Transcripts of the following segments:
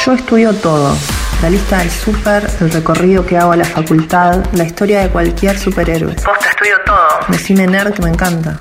Yo estudio todo. La lista del súper, el recorrido que hago a la facultad, la historia de cualquier superhéroe. Posta, estudio todo. Decime nerd que me encanta.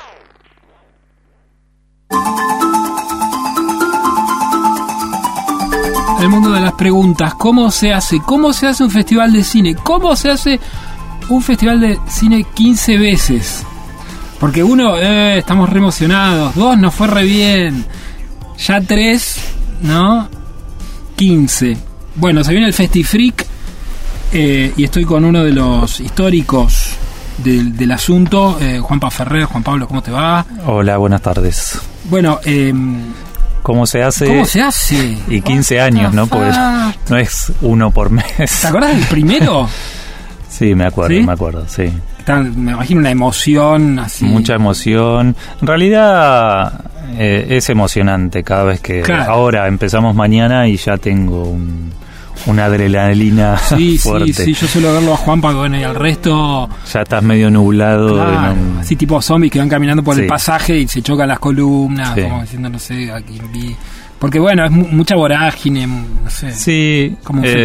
El mundo de las preguntas. ¿Cómo se hace? ¿Cómo se hace un festival de cine? ¿Cómo se hace un festival de cine 15 veces? Porque uno, estamos re emocionados. 2, nos fue re bien. Ya 3, ¿no? 15. Bueno, se viene el FestiFreak y estoy con uno de los históricos del asunto, Juanpa Ferrer. Juan Pablo, ¿cómo te va? Hola, buenas tardes. Bueno, ¿Cómo se hace? ¿Cómo se hace? Y 15 años, ¿no? Porque no es uno por mes. ¿Te acordás del primero? Sí, me acuerdo, ¿sí? Me imagino una emoción así. Mucha emoción. En realidad es emocionante cada vez que... Claro. Ahora empezamos mañana y ya tengo una adrenalina fuerte. Sí, yo suelo verlo a Juanpa, bueno, y al resto... Ya estás medio nublado. Claro, así tipo zombies que van caminando por el pasaje y se chocan las columnas, como diciendo, no sé, a quién vi. Porque bueno, es mucha vorágine, no sé. Sí,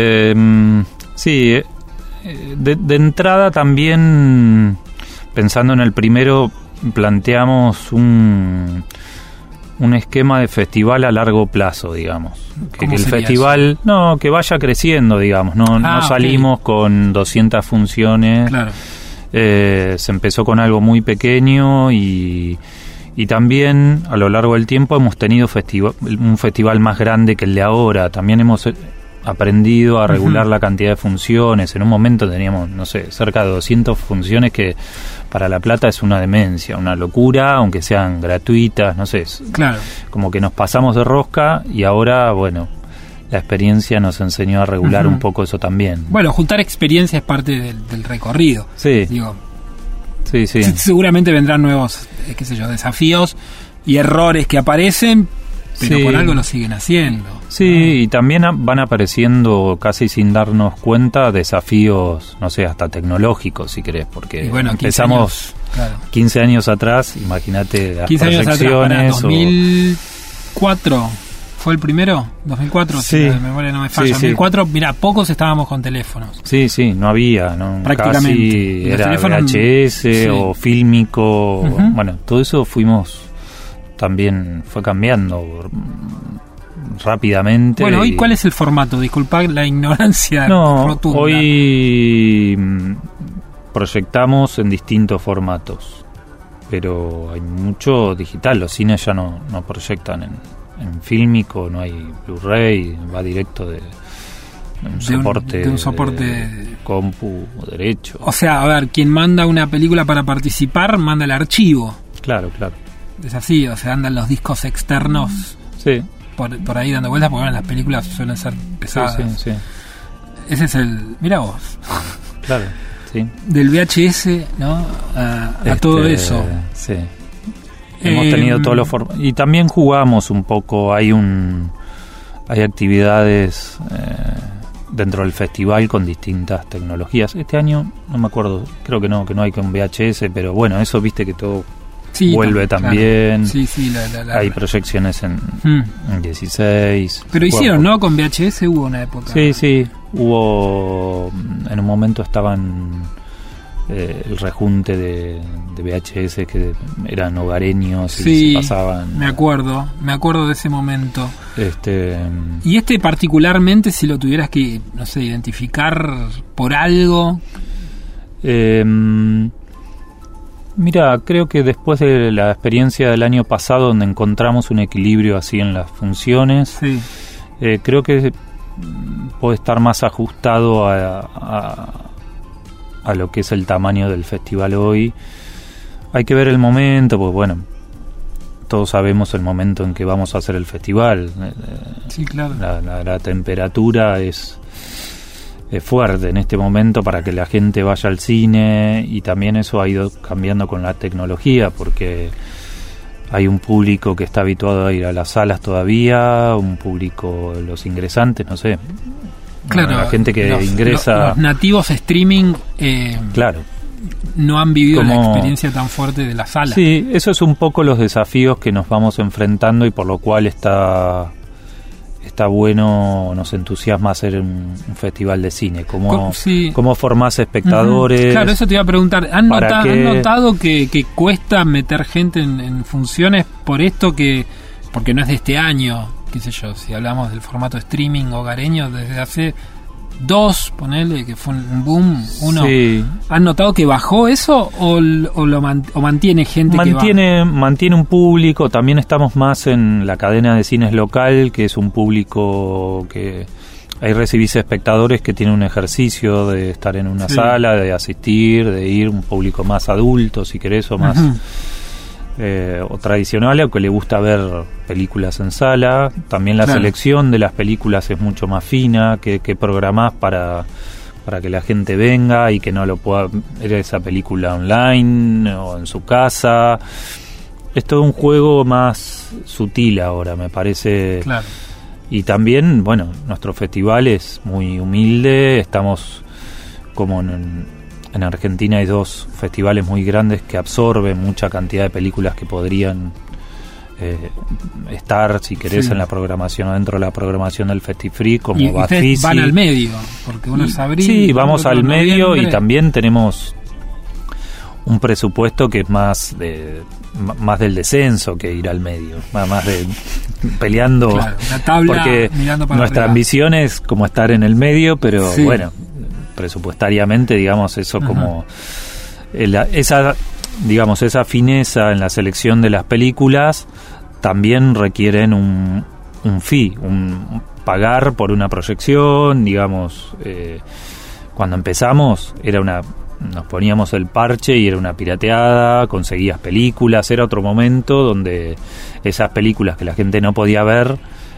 sí. De entrada también, pensando en el primero, planteamos un esquema de festival a largo plazo, digamos. Que el festival, que vaya creciendo, digamos. No salimos con 200 funciones. Claro. Se empezó con algo muy pequeño y también a lo largo del tiempo hemos tenido un festival más grande que el de ahora. También hemos aprendido a regular la cantidad de funciones. En un momento teníamos, no sé, cerca de 200 funciones que para La Plata es una demencia, una locura, aunque sean gratuitas, no sé. Claro. Como que nos pasamos de rosca y ahora, bueno, la experiencia nos enseñó a regular un poco eso también. Bueno, juntar experiencia es parte del recorrido. Sí. Digo, sí. Seguramente vendrán nuevos, desafíos y errores que aparecen, pero por algo lo siguen haciendo. Sí, y también van apareciendo casi sin darnos cuenta desafíos, no sé, hasta tecnológicos, si querés, porque empezamos 15 años atrás, imagínate las 15 proyecciones. Años atrás, 2004 fue el primero, 2004, si la memoria no me falla. 2004, mirá, pocos estábamos con teléfonos. Sí, no había, ¿no? Prácticamente. Casi era VHS o fílmico, bueno, todo eso también fue cambiando rápidamente. Bueno, ¿hoy cuál es el formato? Disculpad la ignorancia rotunda. Hoy proyectamos en distintos formatos, pero hay mucho digital. Los cines ya no proyectan en fílmico, no hay Blu-ray, va directo de un soporte de compu derecho. O sea, a ver, quien manda una película para participar manda el archivo. Claro. Es así, o sea, andan los discos externos por ahí dando vueltas, porque las películas suelen ser pesadas. Sí. Ese es el... Mirá vos. Claro, sí. Del VHS, ¿no? A todo eso. Sí. Hemos tenido todos los formatos. Y también jugamos un poco, hay actividades dentro del festival con distintas tecnologías. Este año, no me acuerdo, creo que no hay con VHS, pero bueno, eso viste que todo... vuelve también. Claro. Sí, hay proyecciones en 16. Pero hicieron, ¿no? Con VHS hubo una época. Sí. Hubo. En un momento estaban el rejunte de VHS que eran hogareños y se pasaban. Me acuerdo de ese momento. Y particularmente, si lo tuvieras que, no sé, identificar por algo. Mira, creo que después de la experiencia del año pasado, donde encontramos un equilibrio así en las funciones, creo que puede estar más ajustado a lo que es el tamaño del festival hoy. Hay que ver el momento, pues bueno, todos sabemos el momento en que vamos a hacer el festival. Sí, claro. La temperatura es fuerte en este momento para que la gente vaya al cine, y también eso ha ido cambiando con la tecnología, porque hay un público que está habituado a ir a las salas todavía, un público, los ingresantes, no sé, claro, la gente que ingresa, los nativos streaming no han vivido la experiencia tan fuerte de la sala. Sí, eso es un poco los desafíos que nos vamos enfrentando y por lo cual está está bueno, nos entusiasma hacer un festival de cine. ¿Cómo formás espectadores? Claro, eso te iba a preguntar. ¿Han notado que cuesta meter gente en funciones por esto porque no es de este año, qué sé yo, si hablamos del formato streaming hogareño, desde hace 2, ponele, que fue un boom, 1. Sí. ¿Han notado que bajó eso o mantiene gente mantiene un público? También estamos más en la cadena de cines local, que es un público que ahí recibís espectadores que tienen un ejercicio de estar en una sala, de asistir, de ir, un público más adulto, si querés, o más o tradicional, o que le gusta ver películas en sala. También la selección de las películas es mucho más fina, que programás para que la gente venga y que no lo pueda ver esa película online o en su casa. Es todo un juego más sutil ahora, me parece. Claro. Y también, bueno, nuestro festival es muy humilde. Estamos como en Argentina hay 2 festivales muy grandes que absorben mucha cantidad de películas que podrían estar, si querés, en la programación o dentro de la programación del FestiFreak, como Bafisi. Van al medio, porque uno es abril. Sí, vamos al medio y también tenemos un presupuesto que es más del descenso que ir al medio, más de peleando, claro, una tabla, porque nuestra ambición es como estar en el medio, pero bueno, presupuestariamente, digamos, eso como esa fineza en la selección de las películas también requieren un fee, pagar por una proyección, digamos. Cuando empezamos nos poníamos el parche y era una pirateada, conseguías películas, era otro momento donde esas películas que la gente no podía ver,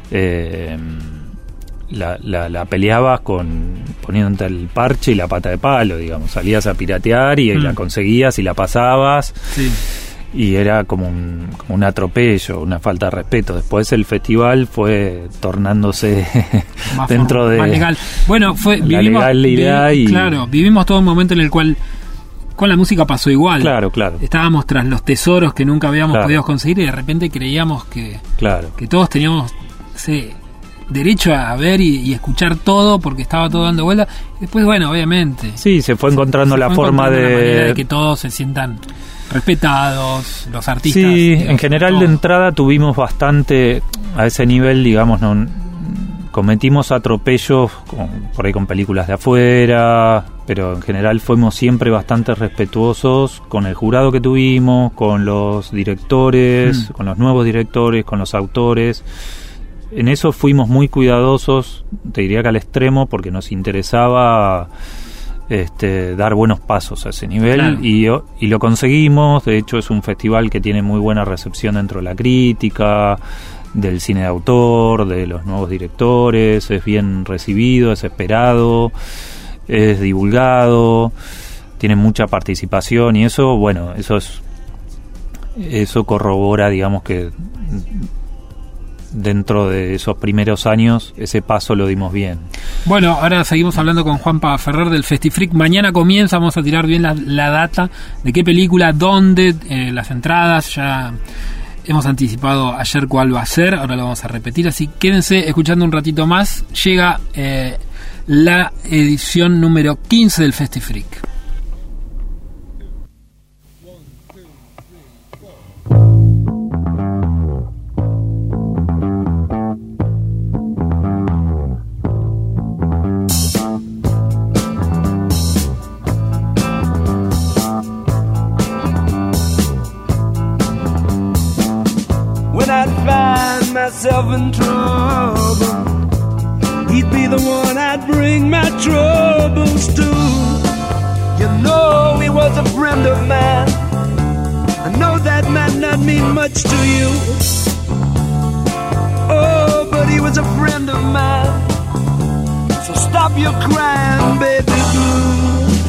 la peleabas poniéndote el parche y la pata de palo, digamos. Salías a piratear y la conseguías y la pasabas. Sí. Y era como un atropello, una falta de respeto. Después el festival fue tornándose más dentro de... Más legal. Bueno, vivimos todo un momento en el cual con la música pasó igual. Claro. Estábamos tras los tesoros que nunca habíamos podido conseguir y de repente creíamos que todos teníamos derecho a ver y escuchar todo porque estaba todo dando vuelta. Después, bueno, obviamente. Sí, se fue encontrando la forma de que todos se sientan respetados, los artistas. Sí, en general de entrada tuvimos bastante a ese nivel, digamos, cometimos atropellos por ahí con películas de afuera, pero en general fuimos siempre bastante respetuosos con el jurado que tuvimos, con los directores, con los nuevos directores, con los autores. En eso fuimos muy cuidadosos, te diría que al extremo, porque nos interesaba dar buenos pasos a ese nivel, claro. y lo conseguimos. De hecho es un festival que tiene muy buena recepción dentro de la crítica, del cine de autor, de los nuevos directores, es bien recibido, es esperado, es divulgado, tiene mucha participación y eso, bueno, eso corrobora, digamos, que dentro de esos primeros años ese paso lo dimos bien. Bueno, ahora seguimos hablando con Juanpa Ferrer del FestiFreak. Mañana comienza, vamos a tirar bien la data de qué película, dónde, las entradas. Ya hemos anticipado ayer cuál va a ser, ahora lo vamos a repetir, así quédense escuchando un ratito más. Llega la edición número 15 del FestiFreak. Myself in trouble, he'd be the one I'd bring my troubles to. You know he was a friend of mine. I know that might not mean much to you. Oh, but he was a friend of mine. So stop your crying, baby blue.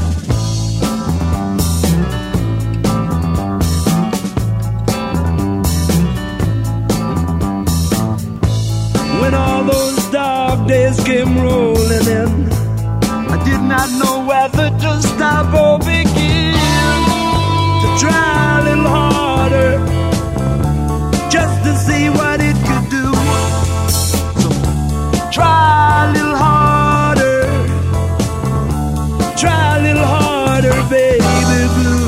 When all those dark days came rolling in, I did not know whether to stop or begin to try a little harder just to see what it could do. So Try a little harder. Try a little harder, baby blue.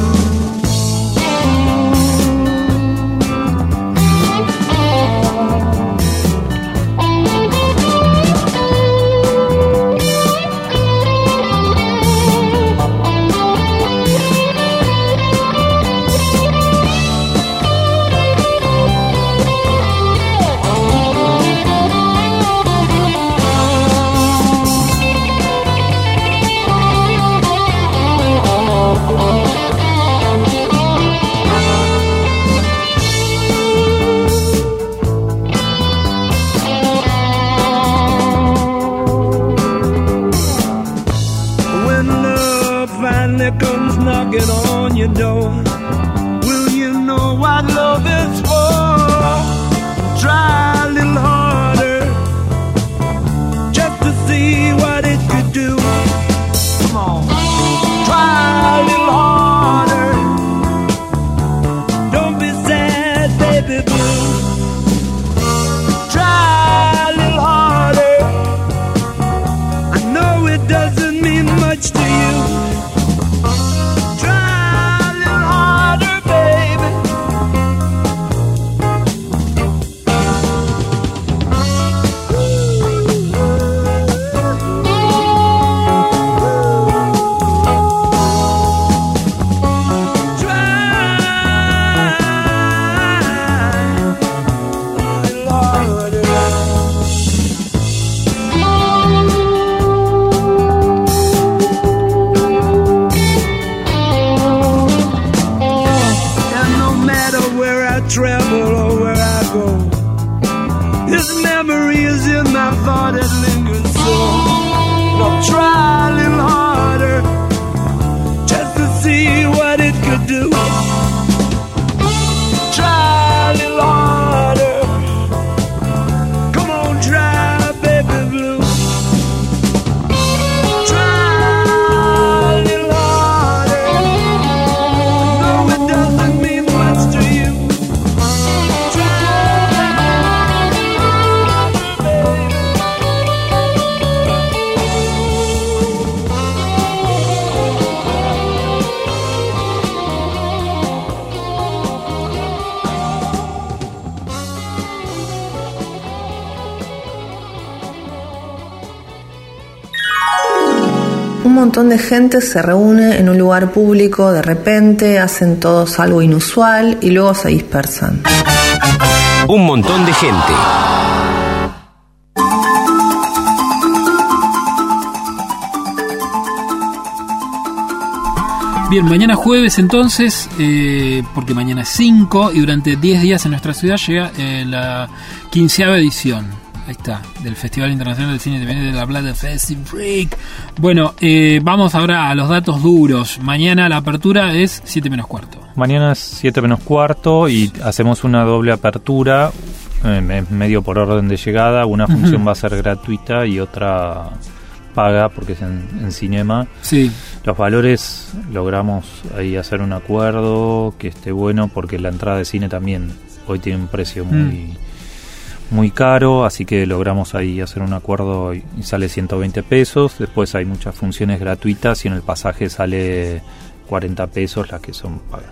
Comes knocking on your door, will you know what love is for? Try a little harder, just to see what it could do. Come on, try a little harder. Don't be sad, baby blue. Try a little harder. I know it doesn't mean much to you. Travel or where I go, his memory is in my thought, it lingers so. Now try a little harder, just to see what it could do. Try a little harder. Come on, try, baby blue. Try a little harder. No, it doesn't mean much to you. Un montón de gente se reúne en un lugar público, de repente hacen todos algo inusual y luego se dispersan. Un montón de gente. Bien, mañana jueves entonces, porque mañana es 5 y durante 10 días en nuestra ciudad llega la 15ª edición. Ahí está, del Festival Internacional de Cine Independiente de La Plata, Festi-Freak. Bueno, vamos ahora a los datos duros. Mañana la apertura es 7 menos cuarto. Mañana es 7 menos cuarto y hacemos una doble apertura, medio por orden de llegada. Una función va a ser gratuita y otra paga porque es en cinema. Sí. Los valores logramos ahí hacer un acuerdo que esté bueno porque la entrada de cine también hoy tiene un precio muy caro, así que logramos ahí hacer un acuerdo y sale 120 pesos. Después hay muchas funciones gratuitas y en el pasaje sale 40 pesos las que son pagas.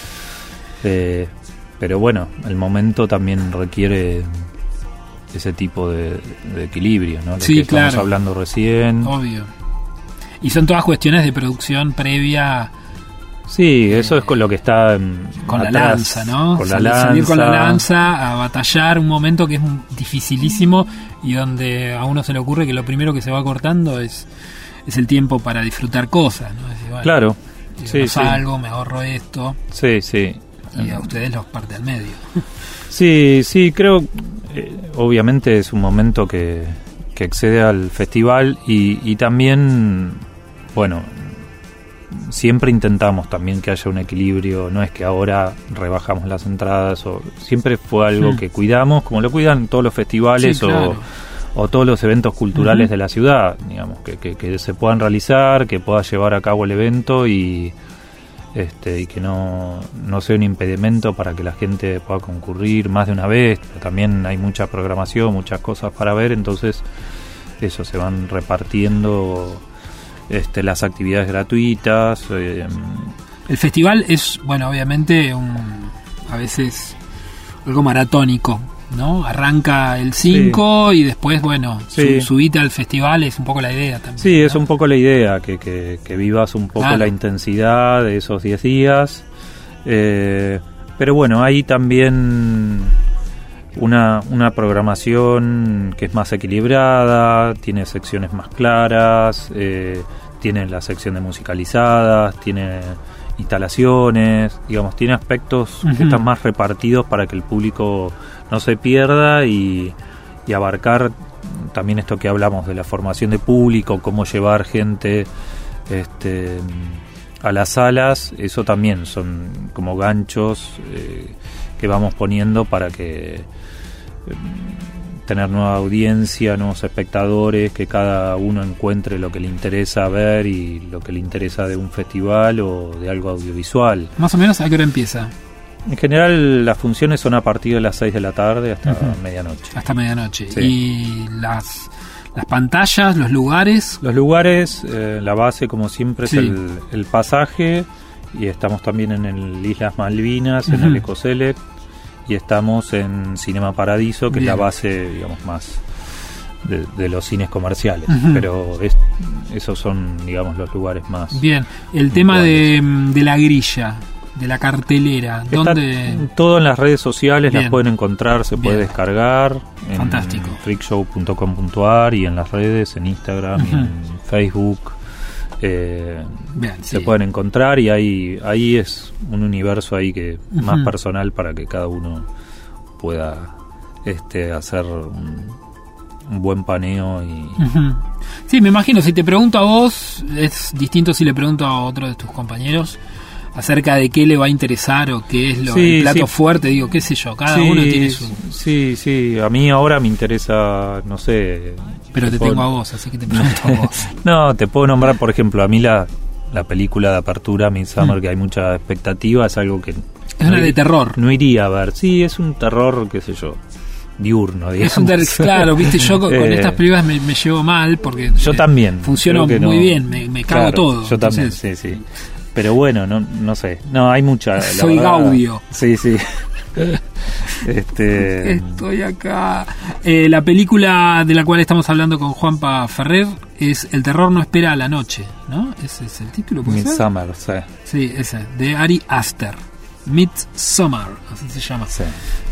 Pero bueno, el momento también requiere ese tipo de equilibrio, ¿no? Lo sí, que estamos claro, hablando recién. Obvio. Y son todas cuestiones de producción previa. Sí, eso es con lo que está con atrás, la lanza, ¿no? Con la lanza. Salir con la lanza a batallar un momento que es dificilísimo y donde a uno se le ocurre que lo primero que se va cortando es el tiempo para disfrutar cosas, ¿no? Decir, bueno, claro. Sí, salgo, me ahorro esto. Sí, sí. Y a ustedes los parte al medio. Sí, sí, creo, obviamente es un momento que excede al festival y también, bueno, siempre intentamos también que haya un equilibrio, no es que ahora rebajamos las entradas, siempre fue algo que cuidamos, como lo cuidan todos los festivales, sí, claro, o todos los eventos culturales de la ciudad, digamos, que se puedan realizar, que pueda llevar a cabo el evento y que no sea un impedimento para que la gente pueda concurrir más de una vez. También hay mucha programación, muchas cosas para ver, entonces eso, se van repartiendo las actividades gratuitas. El festival es, bueno, obviamente a veces algo maratónico, ¿no? Arranca el 5 y después, bueno, subite al festival, es un poco la idea también. Sí, ¿no? Es un poco la idea, que vivas un poco la intensidad de esos 10 días. Pero bueno, hay también una programación que es más equilibrada, tiene secciones más claras, tiene la sección de musicalizadas, tiene instalaciones, digamos, tiene aspectos que están más repartidos para que el público no se pierda y abarcar también esto que hablamos de la formación de público, cómo llevar gente a las salas. Eso también son como ganchos que vamos poniendo para que tener nueva audiencia, nuevos espectadores, que cada uno encuentre lo que le interesa ver y lo que le interesa de un festival o de algo audiovisual. Más o menos, ¿a qué hora empieza? En general las funciones son a partir de las 6 de la tarde hasta medianoche. Hasta medianoche. Sí. Y las pantallas, los lugares. Los lugares, la base como siempre es el pasaje, y estamos también en el Islas Malvinas, en el Ecoselect, y estamos en Cinema Paradiso, que es la base, digamos, más de los cines comerciales. Pero esos son, digamos, los lugares más. Bien, el tema de la grilla, de la cartelera, ¿dónde? Está todo en las redes sociales. Las pueden encontrar, se puede descargar. Fantástico. En freakshow.com.ar y en las redes, en Instagram y en Facebook. Se pueden encontrar, y ahí es un universo ahí que más personal para que cada uno pueda hacer un buen paneo Sí, me imagino, si te pregunto a vos es distinto si le pregunto a otro de tus compañeros acerca de qué le va a interesar o qué es el plato fuerte, digo, qué sé yo, cada uno tiene su... Sí, a mí ahora me interesa, no sé... Pero te tengo a vos, así que te pregunto a vos. No, te puedo nombrar, por ejemplo, a mí la película de apertura, Midsommar, que hay mucha expectativa, es algo que... Es una de terror. No iría a ver, sí, es un terror, qué sé yo, diurno, digamos. Claro, viste, yo con estas películas me llevo mal, porque... Yo también. Funciona muy bien, me cago todo. Yo también, sí. Pero bueno, no sé. No, hay mucha... Soy Gaudio. Sí. Estoy acá. La película de la cual estamos hablando con Juanpa Ferrer es El terror no espera a la noche, ¿no? Ese es el título, ¿puede ser? Midsommar, sí. Sí, ese, de Ari Aster. Midsommar, así se llama. Sí.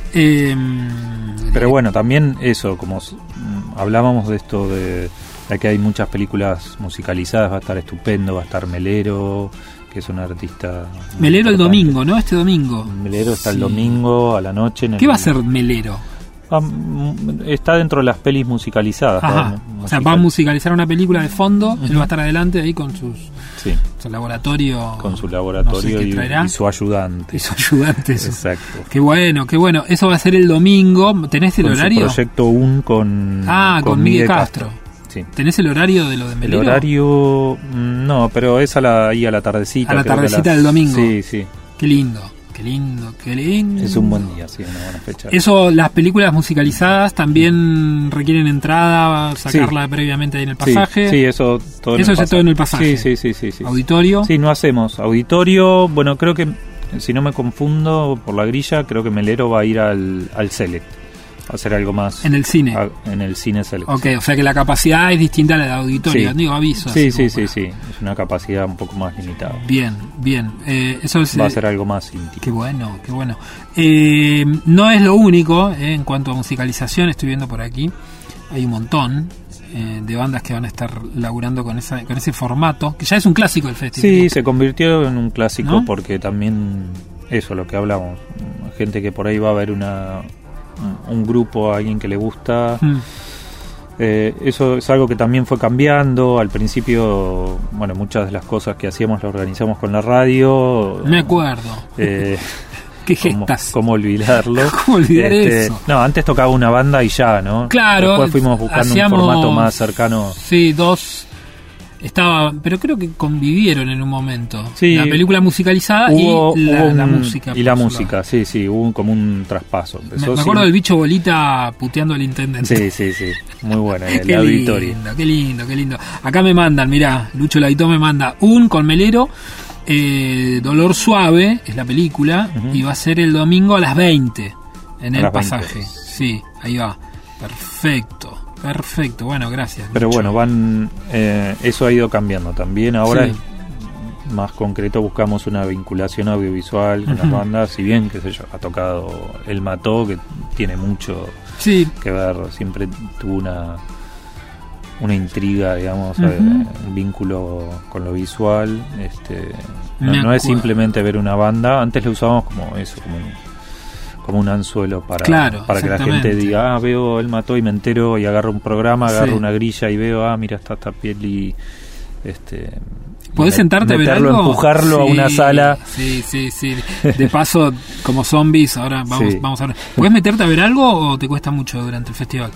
Pero bueno, también eso, como hablábamos de esto de que hay muchas películas musicalizadas, va a estar estupendo, va a estar Melero, que es un artista... Melero el domingo, ¿no? Este domingo. Melero está el domingo a la noche. ¿Qué va a ser Melero? Está dentro de las pelis musicalizadas. O sea, va a musicalizar una película de fondo, él va a estar adelante ahí con su laboratorio. Con su laboratorio y su ayudante. Exacto. Qué bueno. Eso va a ser el domingo. ¿Tenés el horario? Su proyecto con Miguel Castro. Sí. ¿Tenés el horario de lo de Melero? El horario, no, pero es ahí a la tardecita. A la tardecita del domingo. Sí. Qué lindo. Es un buen día, sí, una buena fecha. Eso, las películas musicalizadas también requieren entrada, sacarla previamente ahí en el pasaje. Sí, eso todo en el pasaje. Sí. ¿Auditorio? Sí, no hacemos auditorio. Bueno, creo que, si no me confundo por la grilla, creo que Melero va a ir al Select. Hacer algo más en el cine. En el cine Select. Ok, o sea que la capacidad es distinta a la de auditorio. Digo, aviso. Sí. Es una capacidad un poco más limitada. Bien. Eso es, va a ser algo más íntimo. Qué bueno. No es lo único en cuanto a musicalización. Estoy viendo por aquí. Hay un montón de bandas que van a estar laburando con ese formato, que ya es un clásico del festival. Sí, se convirtió en un clásico, ¿no? Porque también eso, lo que hablamos. Gente que por ahí va a ver un grupo, a alguien que le gusta. Eso es algo que también fue cambiando. Al principio, bueno, muchas de las cosas que hacíamos las organizamos con la radio. Me acuerdo. ¿Qué gestas? ¿Cómo olvidarlo? ¿Cómo olvidar eso? No, antes tocaba una banda y ya, ¿no? Claro. Después fuimos buscando un formato más cercano. Sí, dos estaba, pero creo que convivieron en un momento. Sí, la película musicalizada y la música. Y la música, sí, hubo como un traspaso. Me acuerdo del bicho bolita puteando al intendente. Sí, muy bueno, el auditorio. Qué lindo. Acá me mandan, mirá, Lucho Laito me manda un colmelero, Dolor Suave, es la película, y va a ser el domingo a las 20 en el pasaje. Sí, ahí va. Perfecto, bueno, gracias. Pero Lucho. Bueno, eso ha ido cambiando también. Ahora más concreto buscamos una vinculación audiovisual con las bandas, si bien, qué sé yo, ha tocado El Mató, que tiene mucho que ver, siempre tuvo una intriga, digamos, un vínculo con lo visual. No es simplemente ver una banda, antes lo usábamos como eso, como un anzuelo para que la gente diga, veo El Mató y me entero, y agarro un programa, agarro una grilla y veo, mira, está esta piel y ¿podés sentarte a ver algo? Empujarlo a una sala. Sí. De paso, como zombies, ahora vamos a ver. ¿Podés meterte a ver algo o te cuesta mucho durante el festival?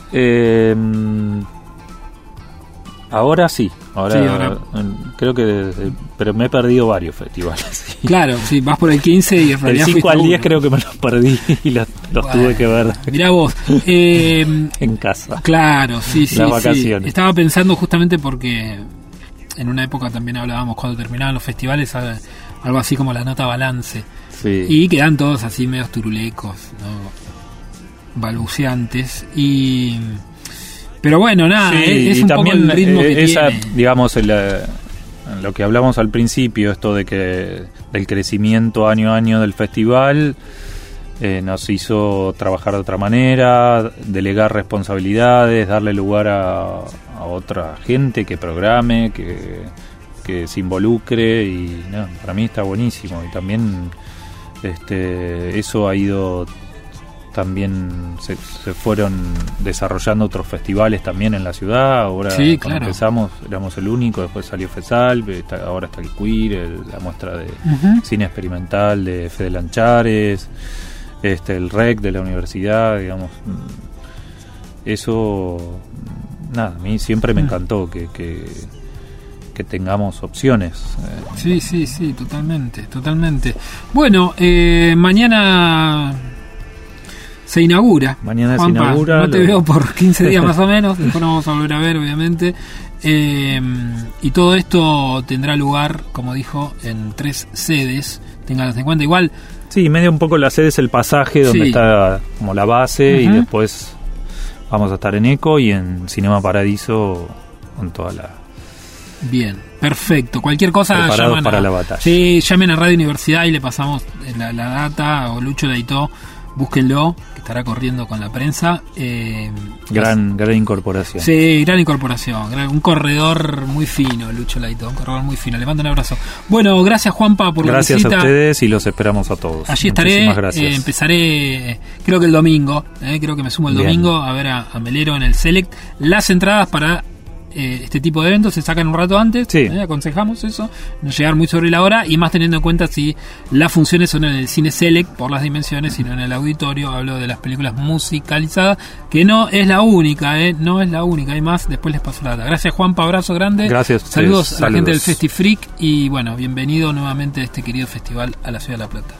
Ahora sí. Ahora creo que pero me he perdido varios festivales. Claro, sí, vas por el 15 y en realidad el 5 al 10 creo que me los perdí y los tuve que ver. Mirá vos. En casa. Claro, sí. Las vacaciones. Estaba pensando justamente porque en una época también hablábamos cuando terminaban los festivales, algo así como la nota balance. Sí. Y quedan todos así medios turulecos, ¿no? Balbuceantes. Pero bueno, nada, es un poco el ritmo que tiene. Digamos, lo que hablamos al principio, esto de que del crecimiento año a año del festival, nos hizo trabajar de otra manera, delegar responsabilidades, darle lugar a otra gente que programe, que se involucre, y para mí está buenísimo. Y también eso ha ido, también se fueron desarrollando otros festivales también en la ciudad. Ahora cuando empezamos éramos el único, después salió FESAL, ahora está el Queer, la muestra de cine experimental de Fede Lanchares, el REC de la universidad, digamos. Eso, a mí siempre me encantó que tengamos opciones. Sí, totalmente. Bueno, mañana se inaugura. Mañana Juanpa, se inaugura. No te veo por 15 días más o menos, después nos vamos a volver a ver, obviamente. Y todo esto tendrá lugar, como dijo, en 3 sedes. Ténganlas en cuenta. Igual. Sí, medio un poco la sede es el pasaje donde está como la base, y después vamos a estar en ECO y en Cinema Paradiso con toda la... Bien, perfecto. Cualquier cosa preparados para la batalla. Sí, llamen a Radio Universidad y le pasamos la data, o Lucho Laito, búsquenlo, que estará corriendo con la prensa. Gran incorporación. Sí, gran incorporación. Un corredor muy fino, Lucho Laito, un corredor muy fino. Le mando un abrazo. Bueno, gracias Juanpa por la visita. Gracias a ustedes y los esperamos a todos. Allí estaré, empezaré creo que el domingo, creo que me sumo el domingo a ver a Melero en el Select. Las entradas para este tipo de eventos se sacan un rato antes, aconsejamos eso, no llegar muy sobre la hora, y más teniendo en cuenta si las funciones son en el cine Select por las dimensiones, sino en el auditorio. Hablo de las películas musicalizadas, que no es la única, no es la única, hay más, después les paso la data. Gracias Juanpa, abrazo grande. Gracias. Saludos a la gente del FestiFreak, y bueno, bienvenido nuevamente a este querido festival a la Ciudad de La Plata.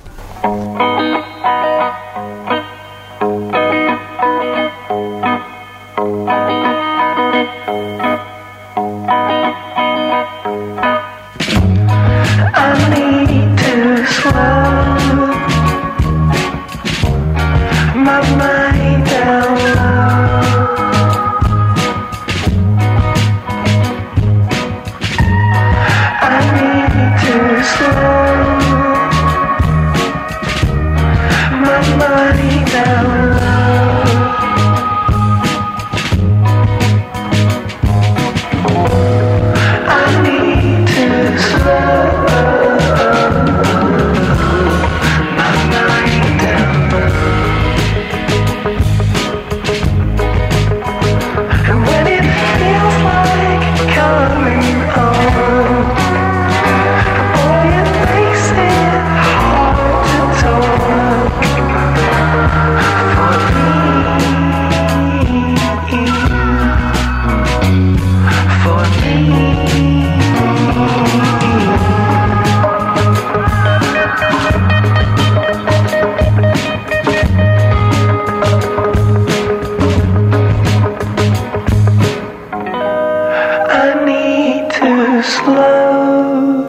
slow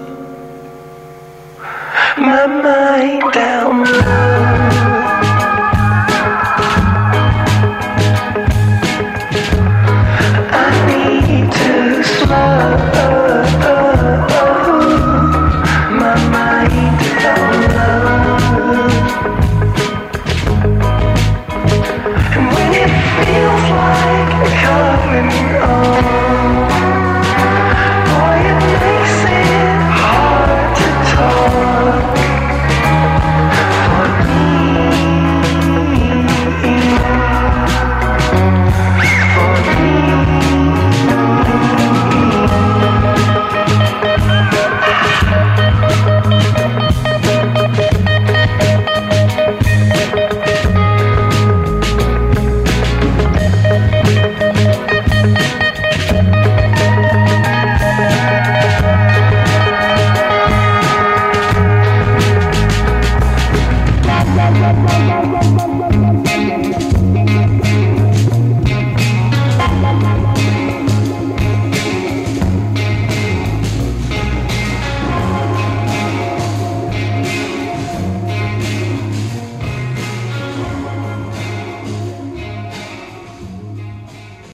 my mind down low. I need to slow my mind down low. And when it feels like covering all